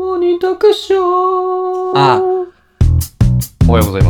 モニタクショー。 あ、 おはようございます。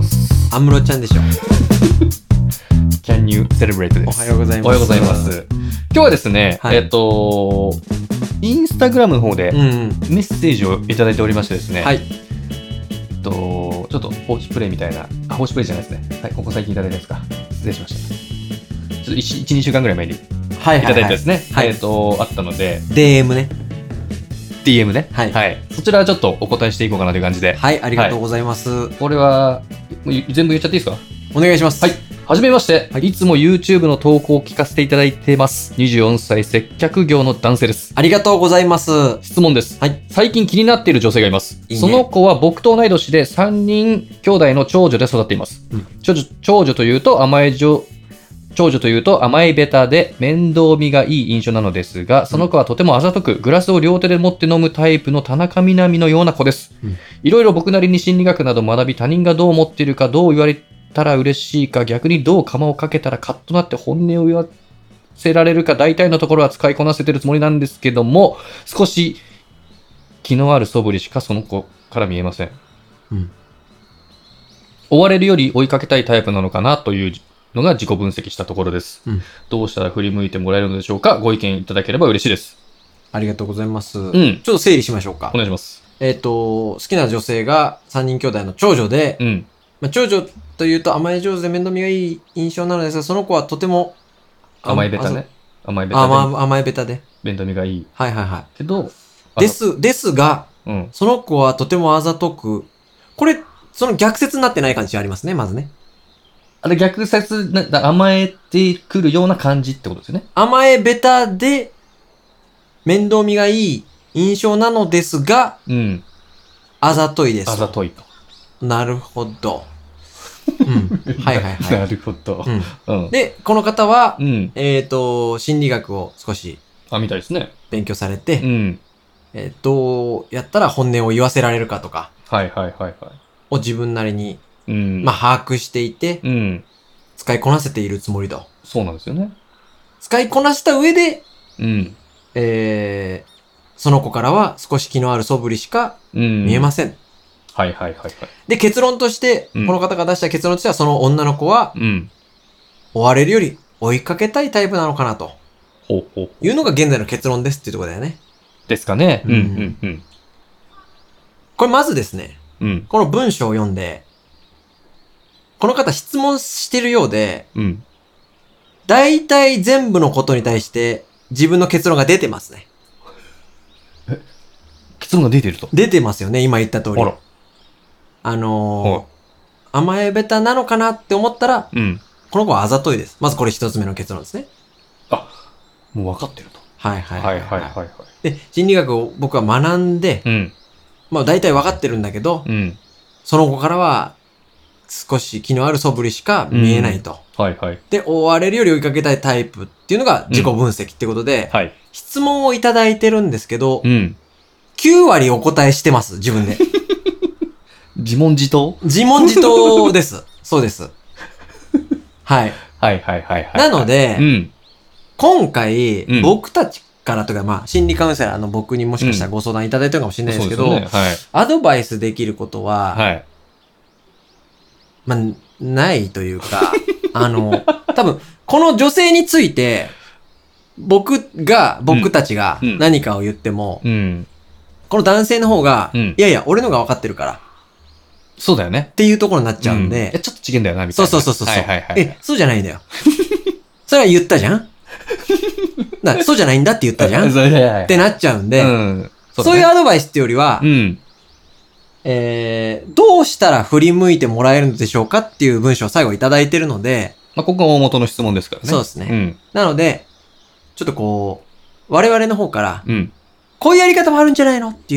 安室ちゃんでしょ。 Can you celebrate です。 おはようございます。 おはようございます。今日はですね、 はい、 インスタグラムの方でメッセージをいただいておりましてですね、 はい。 ちょっと放置プレイみたいな、放置プレイじゃないですね。はい、ここ最近いただいたやつか。失礼しました。ちょっと1、2週間ぐらい前にいはいただいたですね、 はい、 あったので、 DM ね。 DM ね。 はい。 はい。そちらはちょっとお答えしていこうかなという感じで。 はい、ありがとうございます。 これは、全部言っちゃっていいですか？ お願いします。 はい。はじめまして、いつも YouTube の投稿を聞かせていただいてます。24歳接客業の男性です。 ありがとうございます。 質問です。 はい。 最近気になっている女性がいます。 いいね。 その子は僕と同い年で3人兄弟の長女で育っています。長女というと甘えべたで面倒見がいい印象なのですが、その子はとてもあざとく、グラスを両手で持って飲むタイプの田中みな実のような子です。いろいろ僕なりに心理学など学び、他人がどう思っているか、どう言われたら嬉しいか、逆にどう釜をかけたらカッとなって本音を言わせられるか、大体のところは使いこなせてるつもりなんですけども、少し気のある素振りしかその子から見えません。追われるより追いかけたいタイプなのかなというのが自己分析したところです。どうしたら振り向いてもらえるのでしょうか？ご意見いただければ嬉しいです。 ありがとうございます。ちょっと整理しましょうか。 お願いします。 好きな女性が3人兄弟の長女で、長女というと甘え上手で面倒見がいい印象なのですが、その子はとても甘えべたね。甘えべたで。面倒見がいい。 はいはいはい。 けど、 ですが、その子はとてもあざとく、これ、その逆説になってない感じありますね、まずね。 あれ逆説、甘えてくるような感じってことですよね。 甘えべたで、面倒見がいい印象なのですが、あざといです。 あざといと。 なるほど。はいはいはい。 なるほど。 で、この方は、心理学を少し、 みたいですね。 勉強されて、どうやったら本音を言わせられるかとか、を自分なりに、把握していて、使いこなせているつもりと。 そうなんですよね。使いこなした上で、その子からは少し気のある素振りしか見えません。で、結論として、この方が出した結論としては、その女の子は、追われるより追いかけたいタイプなのかなと。いうのが現在の結論ですっていうところだよね。 ですかね。 これまずですね、この文章を読んで、この方質問してるようで、大体全部のことに対して自分の結論が出てますね。 結論が出てると？ 出てますよね、今言った通り。甘えべたなのかなって思ったら、この子はあざといです。まずこれ一つ目の結論ですね。 あ、もう分かってると。で、 心理学を僕は学んで、大体分かってるんだけど、その子からは少し気のある素振りしか見えないと。で、追われるより追いかけたいタイプっていうのが自己分析ってことで、質問をいただいてるんですけど、9割お答えしてます、自分で。 自問自答？ 自問自答です。そうです。はい。なので、今回、僕たちからとか、心理カウンセラーの僕にもしかしたらご相談いただいたのかもしれないですけど、アドバイスできることは、ないというか、多分、この女性について、僕たちが何かを言っても、この男性の方が、いやいや、俺のが分かってるから。 そうだよね。 っていうところになっちゃうんで。 ちょっと違うんだよな、みたいな。 そう。そうじゃないんだよ。それは言ったじゃんそうじゃないんだって言ったじゃんってなっちゃうんで、そういうアドバイスっていうよりは、どうしたら振り向いてもらえるのでしょうかっていう文章を最後いただいてるので、 ここが大元の質問ですからね。 そうですね。なので、ちょっと我々の方から、こういうやり方もあるんじゃないのっていう。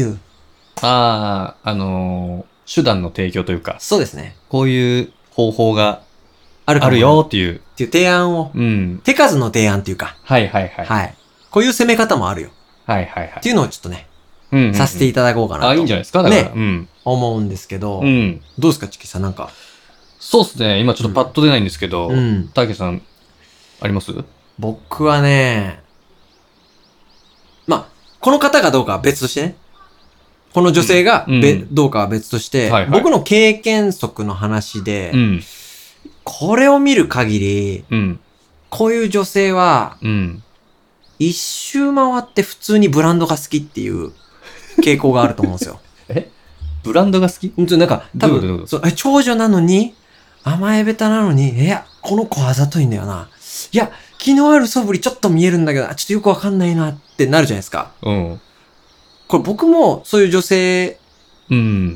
手段の提供というか。 そうですね。 こういう方法があるよっていう。 っていう提案を。手数の提案っていうか。こういう攻め方もあるよ。っていうのをちょっとね、させていただこうかなと。 いいんじゃないですかね。 思うんですけど。どうですか、チキさん、なんか。 そうですね。今ちょっとパッと出ないんですけど、たけさん、あります？ 僕はね、この方がどうかは別としてね。 この女性がうんどうかは別として、 はいはい僕の経験則の話で、 うん。 これを見る限り、 うん。 こういう女性は、 うん。 一周回って普通にブランドが好きっていう傾向があると思うんですよ。 ブランドが好き？ なんか、多どういうこと分、そう長女なのに、甘えべたなのに、いや、この子あざといんだよな。いや、気のある素振りちょっと見えるんだけど、ちょっとよくわかんないなってなるじゃないですか。 うん。 これ僕もそういう女性、 うん。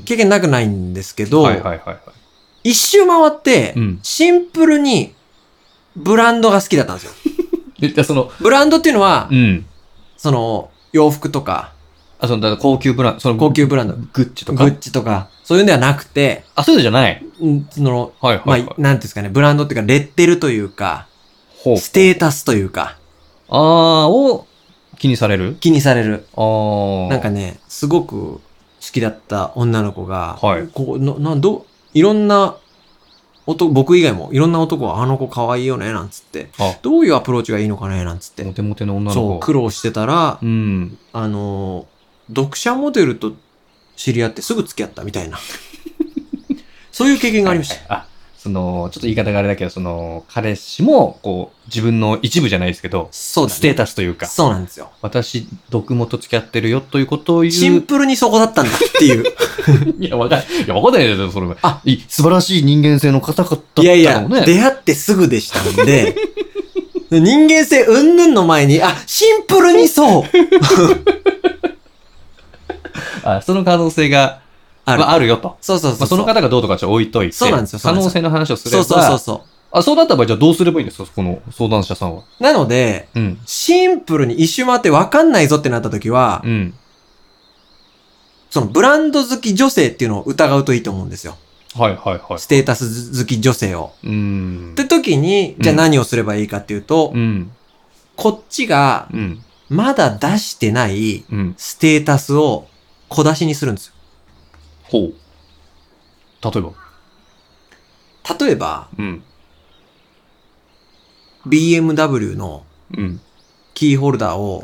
経験なくないんですけど、 はいはいはいはい。 一周回ってうん、 シンプルにブランドが好きだったんですよ。 で、その、 ブランドっていうのはう、ん。 その、洋服とか、 あ、だから高級ブランド、その、 高級ブランド、 グッチとか。 グッチとか、そういうんではなくて、 あ、そういうのじゃない。 その、 はいはいはい。 まあ、なんていうんですかね、ブランドっていうか、レッテルというか、 ほう。 ステータスというか、 を気にされる？ 気にされる。 ああ。 なんかね、すごく好きだった女の子が、 はいこう、いろんな僕以外もいろんな男はあの子可愛いよね、なんつって、 あ、 どういうアプローチがいいのかね、なんつってモ、テモテの女の子。 そう、苦労してたら、 うん。 読者モデルと知り合ってすぐ付き合ったみたいな。そういう経験がありました。 はいはい、あ、ちょっと言い方があれだけど、彼氏も、こう、自分の一部じゃないですけど、 そうだね。 ステータスというか、 そうなんですよ。 私、読モと付き合ってるよということを言う。 シンプルにそこだったんだっていう。 いや、わかんないですよ、それは。 あ、 素晴らしい人間性の方々だったのいね。 やいや、出会ってすぐでしたんで、人間性云々の前に、シンプルにそうあ、その可能性が、あるよと。 そうそうそう。 まあ、その方がどうとかちょっと置いといて。 そうなんですよ。 可能性の話をすれば。 そう。 あ、そうだった場合、じゃあどうすればいいんですか、この相談者さんは。 なので、 うん。 シンプルに一周回って分かんないぞってなった時は、 うん。 そのブランド好き女性っていうのを疑うといいと思うんですよ。 はいはいはい。 ステータス好き女性を。って時に、じゃあ何をすればいいかっていうと、こっちが、まだ出してないステータスを小出しにするんですよ。 ほう。例えば、 BMW のキーホルダーを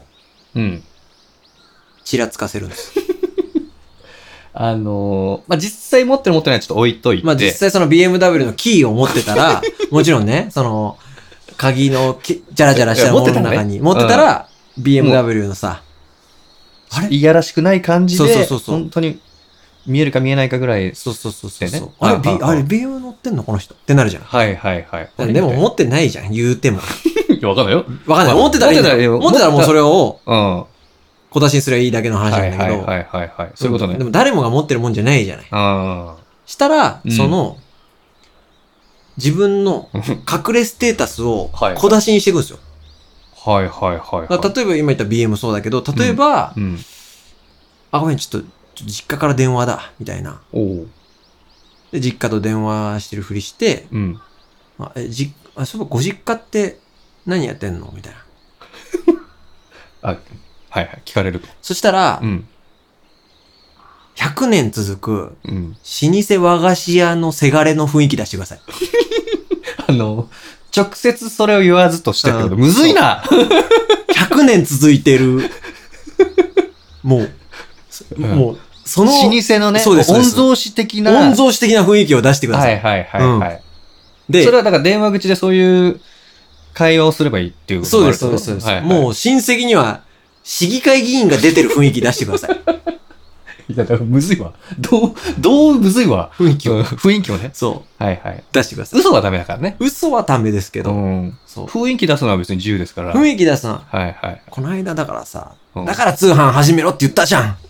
ちらつかせるんです。 まあ、実際持ってる持ってないちょっと置いといて。 まあ、実際その BMW のキーを持ってたら、もちろんね、その、鍵のジャラジャラしたものの中に持ってたら、BMW のさ、 あれいやらしくない感じで、 そう本当に見えるか見えないかぐらい。 そう。あれ、BM 乗ってんのこの人ってなるじゃん。 はいはいはい。 でも持ってないじゃん、言うても。 いや、わかんないよ。 わかんない。持ってたらもうそれを、小出しにすればいいだけの話なんだけど。 はい。そういうことね。 でも誰もが持ってるもんじゃないじゃない。したら、その、自分の隠れステータスを小出しにしていくんですよ。 はい。 例えば今言った BM そうだけど、例えば、ごめん、ちょっと実家から電話だ、みたいな。で、実家と電話してるふりして、そういえばご実家って何やってんのみたいな。 聞かれると。 そしたら、100年続く、老舗和菓子屋のせがれの雰囲気出してください。 直接それを言わずとしてってこと、むずいな。 100年続いてる、もう、その、 老舗のね、御曹司的な雰囲気を出してください。 はい。 で、 それはだから電話口でそういう会話をすればいいっていうことですそうです。もう親戚には、市議会議員が出てる雰囲気出してください。 いや、だからむずいわ。どうむずいわ。雰囲気をね。 そう。 はい。 出してください。 嘘はダメだからね。 嘘はダメですけど。 雰囲気出すのは別に自由ですから。 雰囲気出すのは。 はい。 この間だからさ、だから通販始めろって言ったじゃん。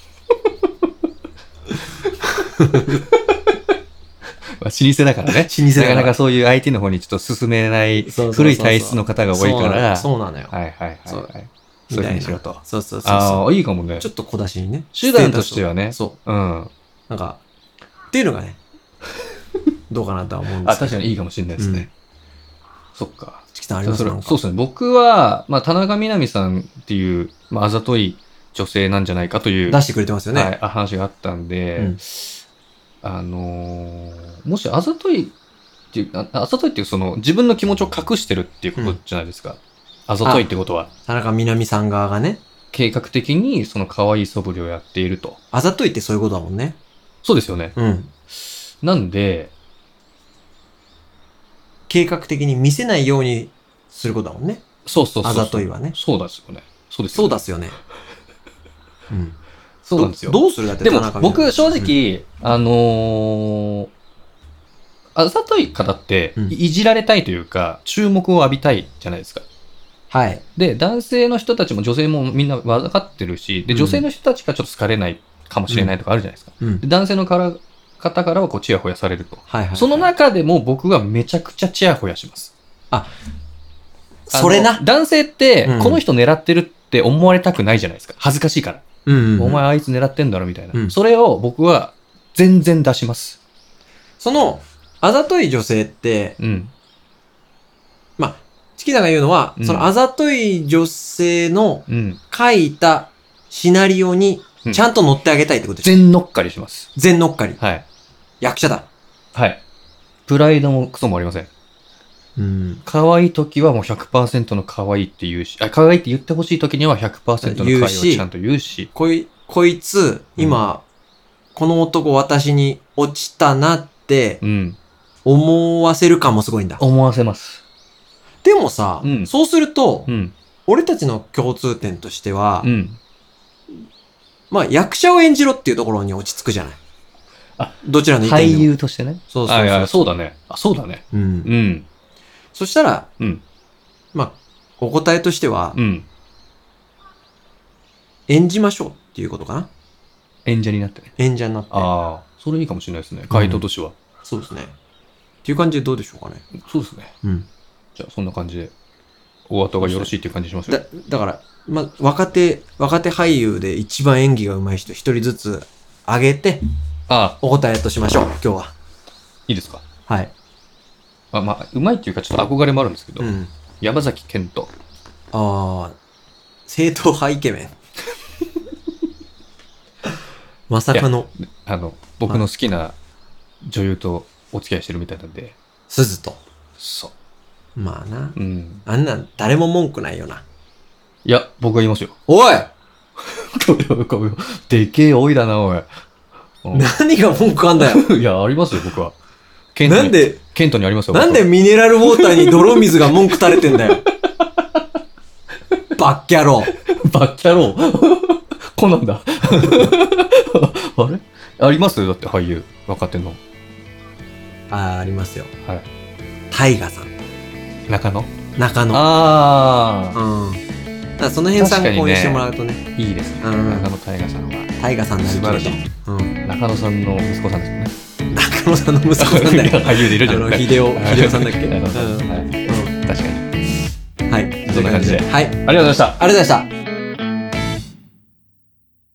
老舗だからね。なかなかそういう相手の方にちょっと進めない古い体質の方が多いから。 そうなのよ。 はい。そういうふうにしろと。 そう。 ああ、いいかもね。 ちょっと小出しにね。 手段としてはね。 そう。なんか、っていうのがね、どうかなとは思うんですけど。 確かにいいかもしれないですね。そっか。 チキさんありますか？ そうですね。僕は、田中みな実さんっていう、あざとい女性なんじゃないかという。 出してくれてますよね。 はい、話があったんで、もしあざといっていうその自分の気持ちを隠してるっていうことじゃないですか。あざといってことは。 田中みな実さん側がね。 計画的にその可愛い素振りをやっていると。 あざといってそういうことだもんね。 そうですよね。 うん。 なんで、 計画的に見せないようにすることだもんね。 そうそうそう。 あざといはね。 そうですよね。そうです。 そうですよね。うん。 そうなんですよ。 どうするだって。 でも僕正直、あざとい方っていじられたいというか、注目を浴びたいじゃないですか。 はい。 で、男性の人たちも女性もみんな分かってるし、で、女性の人たちがちょっと好かれないかもしれないとかあるじゃないですか。で男性の方からはこうチヤホヤされると。 はいはい。 その中でも僕はめちゃくちゃチヤホヤします。 あ、それな。 男性って、この人狙ってるって思われたくないじゃないですか。恥ずかしいから。お前あいつ狙ってんだろみたいな。それを僕は全然出します。 その、あざとい女性って、まあ、チキさんが言うのは、そのあざとい女性の書いたシナリオにちゃんと乗ってあげたいってことですか？ 全乗っかりします。 全乗っかり。 はい。 役者だ。 はい。プライドもクソもありません。可愛い時はもう 100% の可愛いって言うし、可愛いって言ってほしい時には 100% の可愛いをちゃんと言うし。 こいつ、今、この男私に落ちたなって、思わせる感もすごいんだ。 思わせます。 でもさ、そうすると、俺たちの共通点としては、まあ役者を演じろっていうところに落ち着くじゃない。どちらの意見でも。 俳優としてね。 そうそうそう。 そうだね。そうだね。 そしたら、まあ、お答えとしては、演じましょうっていうことかな。 演者になってね。 演者になって。 ああ、それいいかもしれないですね。回答としては。 そうですね。っていう感じでどうでしょうかね。 そうですね。じゃあ、そんな感じで、お後がよろしいっていう感じしますよ。 だから、まあ、若手俳優で一番演技が上手い人一人ずつ上げて、お答えとしましょう、今日は。 いいですか？ はい。 まあ、上手いっていうかちょっと憧れもあるんですけど、山崎賢人。 正統派イケメン。まさかの。 僕の好きな女優とお付き合いしてるみたいなんで。 鈴と。 そう。 まあな。あんなん誰も文句ないよな。 いや、僕が言いますよ。 おいでけえ多いだな、おい。 何が文句あんだよ。 いや、ありますよ、僕は。 なんで、 ケントにありますよ。 なんでミネラルウォーターに泥水が文句垂れてんだよ。バッキャロー。 バッキャロー。こんなんだ。あれありますだって俳優、若手の。 ありますよ。 はい。 タイガさん。 中野。 その辺参考にしてもらうとね。 いいですね。中野大河さんは。 大河さんになりきると。 中野さんの息子さんですよね。 中野さんの息子さんだよ。 俳優でいるじゃん。 秀夫さんだっけ？ 確かに。 はい。 そんな感じで。 はい。ありがとうございました。 ありがとうございました。